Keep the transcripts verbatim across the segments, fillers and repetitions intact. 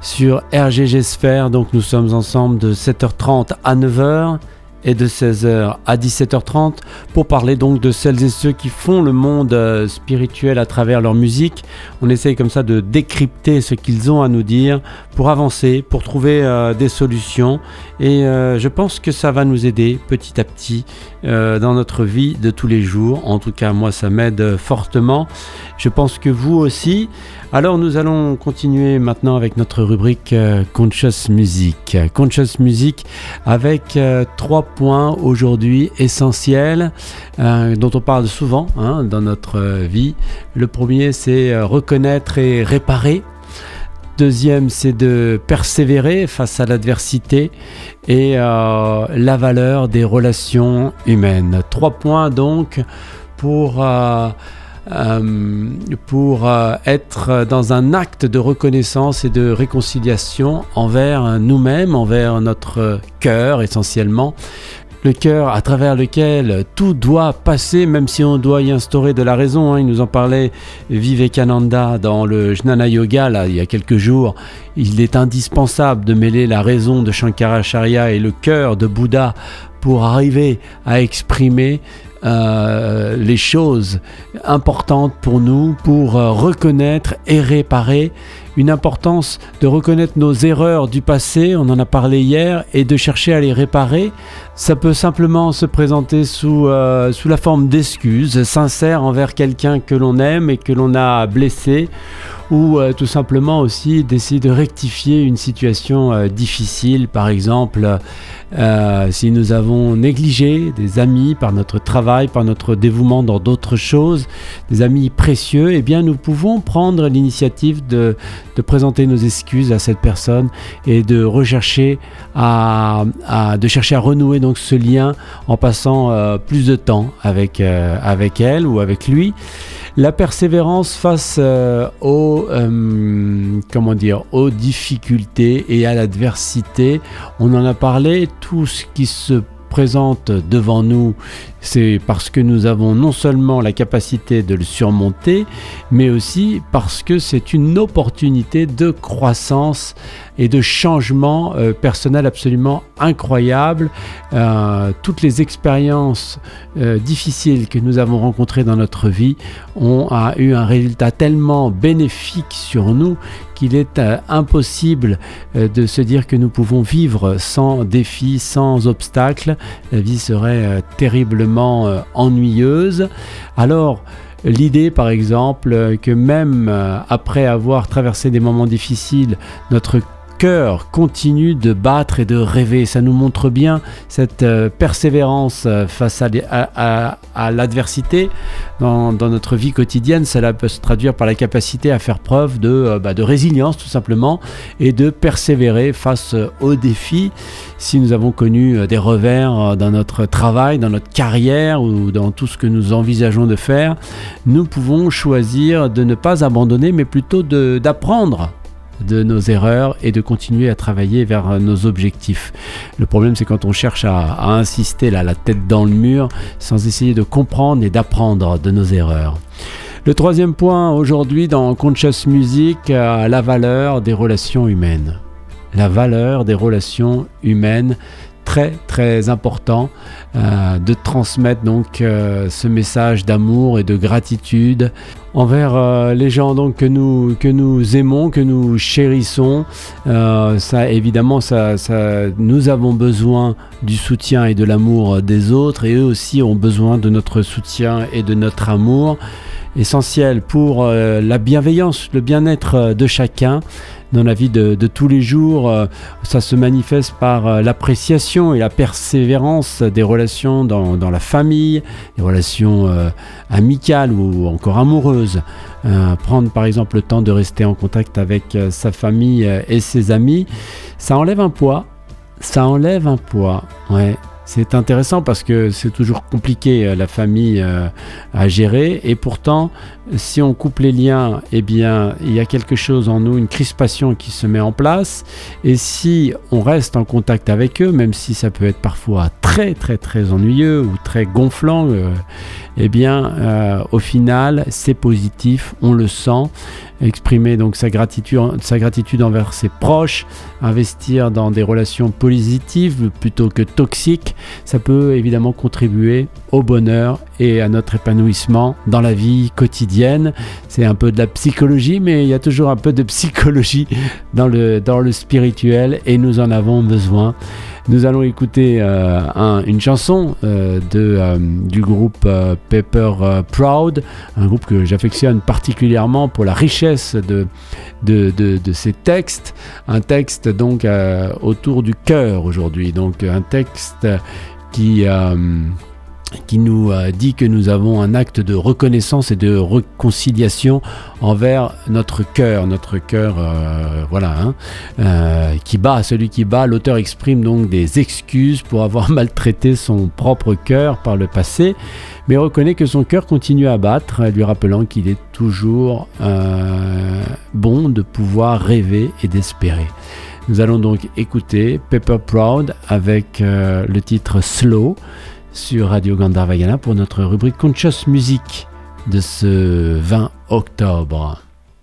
sur R G G Sphère. Donc nous sommes ensemble de sept heures trente à neuf heures et de seize heures à dix-sept heures trente pour parler donc de celles et ceux qui font le monde euh, spirituel à travers leur musique. On essaye comme ça de décrypter ce qu'ils ont à nous dire pour avancer, pour trouver euh, des solutions et euh, je pense que ça va nous aider petit à petit euh, dans notre vie de tous les jours. En tout cas moi ça m'aide fortement, je pense que vous aussi. Alors nous allons continuer maintenant avec notre rubrique euh, Conscious Music. Conscious Music avec euh, trois points aujourd'hui essentiels euh, dont on parle souvent hein, dans notre euh, vie. Le premier c'est euh, reconnaître et réparer. Deuxième c'est de persévérer face à l'adversité et euh, la valeur des relations humaines. Trois points donc pour... Euh, Euh, pour euh, être dans un acte de reconnaissance et de réconciliation envers nous-mêmes, envers notre cœur essentiellement. Le cœur à travers lequel tout doit passer, même si on doit y instaurer de la raison. Hein. Il nous en parlait Vivekananda dans le Jnana Yoga, là, il y a quelques jours. Il est indispensable de mêler la raison de Shankaracharya et le cœur de Bouddha pour arriver à exprimer Euh, les choses importantes pour nous, pour euh, reconnaître et réparer. Une importance de reconnaître nos erreurs du passé, on en a parlé hier, et de chercher à les réparer. Ça peut simplement se présenter sous, euh, sous la forme d'excuses sincères envers quelqu'un que l'on aime et que l'on a blessé, ou euh, tout simplement aussi d'essayer de rectifier une situation euh, difficile. Par exemple, euh, si nous avons négligé des amis par notre travail, par notre dévouement dans d'autres choses, des amis précieux, eh bien nous pouvons prendre l'initiative de, de présenter nos excuses à cette personne et de rechercher à, à, de chercher à renouer donc ce lien en passant euh, plus de temps avec, euh, avec elle ou avec lui. La persévérance face euh, aux, euh, comment dire, aux difficultés et à l'adversité. On en a parlé, tout ce qui se présente devant nous, c'est parce que nous avons non seulement la capacité de le surmonter, mais aussi parce que c'est une opportunité de croissance et de changement euh, personnel absolument incroyable. Euh, toutes les expériences euh, difficiles que nous avons rencontrées dans notre vie ont a eu un résultat tellement bénéfique sur nous qu'il est euh, impossible euh, de se dire que nous pouvons vivre sans défis, sans obstacles. La vie serait euh, terriblement euh, ennuyeuse. Alors, l'idée, par exemple, que même euh, après avoir traversé des moments difficiles, notre cœur continue de battre et de rêver. Ça nous montre bien cette euh, persévérance euh, face à, à, à, à l'adversité dans, dans notre vie quotidienne. Cela peut se traduire par la capacité à faire preuve de, euh, bah, de résilience tout simplement et de persévérer face euh, aux défis. Si nous avons connu euh, des revers euh, dans notre travail, dans notre carrière ou dans tout ce que nous envisageons de faire, nous pouvons choisir de ne pas abandonner mais plutôt de, d'apprendre de nos erreurs et de continuer à travailler vers nos objectifs. Le problème, c'est quand on cherche à, à insister là, la tête dans le mur sans essayer de comprendre et d'apprendre de nos erreurs. Le troisième point aujourd'hui dans Conscious Music, euh, la valeur des relations humaines. La valeur des relations humaines, très très important euh, de transmettre donc euh, ce message d'amour et de gratitude envers euh, les gens donc que nous que nous aimons, que nous chérissons. Euh, ça évidemment ça, ça nous avons besoin du soutien et de l'amour des autres et eux aussi ont besoin de notre soutien et de notre amour, essentiel pour euh, la bienveillance, le bien-être de chacun. Dans la vie de, de tous les jours, euh, ça se manifeste par euh, l'appréciation et la persévérance des relations dans, dans la famille, des relations euh, amicales ou encore amoureuses. Euh, prendre par exemple le temps de rester en contact avec euh, sa famille euh, et ses amis, ça enlève un poids. Ça enlève un poids, ouais. C'est intéressant parce que c'est toujours compliqué euh, la famille euh, à gérer et pourtant si on coupe les liens, eh bien il y a quelque chose en nous, une crispation qui se met en place et si on reste en contact avec eux, même si ça peut être parfois très très très ennuyeux ou très gonflant, euh, eh bien euh, au final c'est positif, on le sent exprimer donc sa gratitude, sa gratitude envers ses proches, investir dans des relations positives plutôt que toxiques, ça peut évidemment contribuer au bonheur et à notre épanouissement dans la vie quotidienne. C'est un peu de la psychologie, mais il y a toujours un peu de psychologie dans le, dans le spirituel et nous en avons besoin. Nous allons écouter euh, un, une chanson euh, de, euh, du groupe euh, Paper euh, Proud, un groupe que j'affectionne particulièrement pour la richesse de, de, de, de ses textes. Un texte donc euh, autour du cœur aujourd'hui, donc un texte qui... Euh, qui nous euh, dit que nous avons un acte de reconnaissance et de réconciliation envers notre cœur, notre cœur, euh, voilà, hein, euh, qui bat, celui qui bat. L'auteur exprime donc des excuses pour avoir maltraité son propre cœur par le passé, mais reconnaît que son cœur continue à battre, lui rappelant qu'il est toujours euh, bon de pouvoir rêver et d'espérer. Nous allons donc écouter Paper Proud avec euh, le titre Slow sur Radio Gandharvagana pour notre rubrique Conscious Music de ce vingt octobre.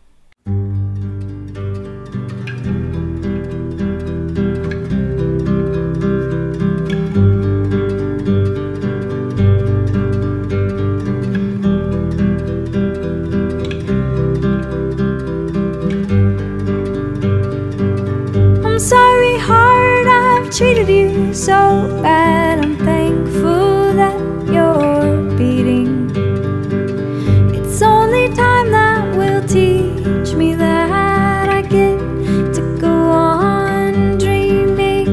I'm sorry, heart, I've treated you so bad. I'm thankful that you're beating. It's only time that will teach me that I get to go on dreaming.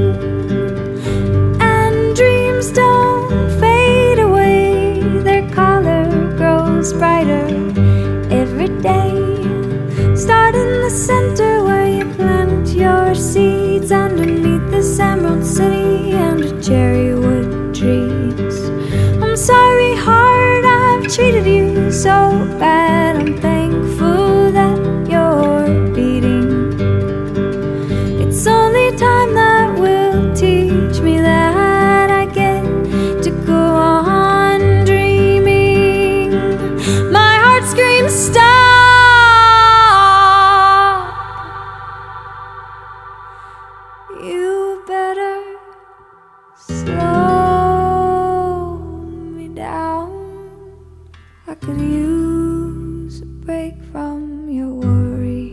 And dreams don't fade away, their color grows brighter every day. Start in the center where you plant your seeds underneath this emerald city and a cherry wood trees. I'm sorry, heart, I've treated you so bad. I'm thankful that you're beating. It's only time that will teach me that I get to go on dreaming. My heart screams stop. You better slow me down. I could use a break from your worry.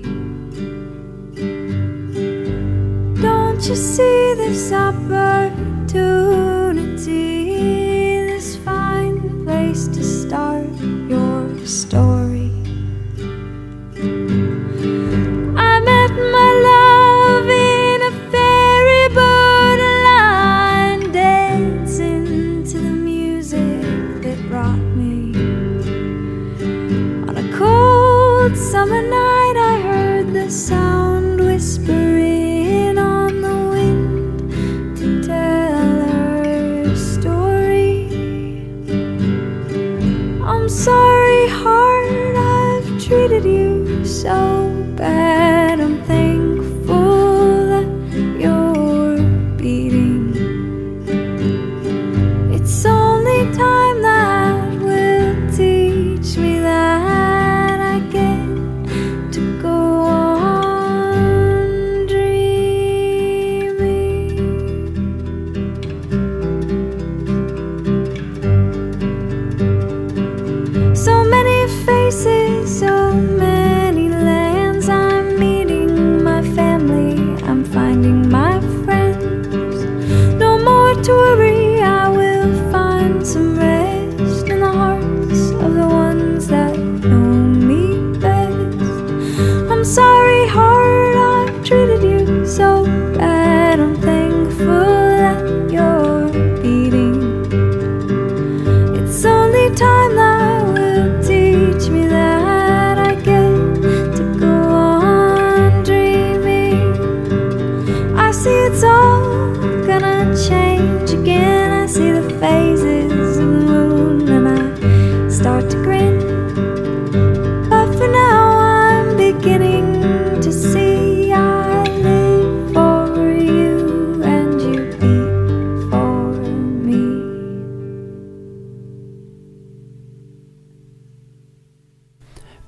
Don't you see this opportunity, this fine place to start your story? I met my love in a ferry boat line, dancing to the music that brought me. On a cold summer night I heard the sound whispering on the wind to tell her story.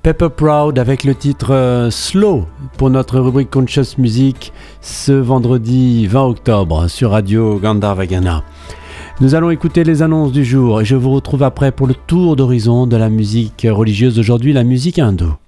Pepper Proud avec le titre euh, Slow pour notre rubrique Conscious Music ce vendredi vingt octobre sur Radio Gandharvagana. Nous allons écouter les annonces du jour et je vous retrouve après pour le tour d'horizon de la musique religieuse, aujourd'hui la musique hindoue.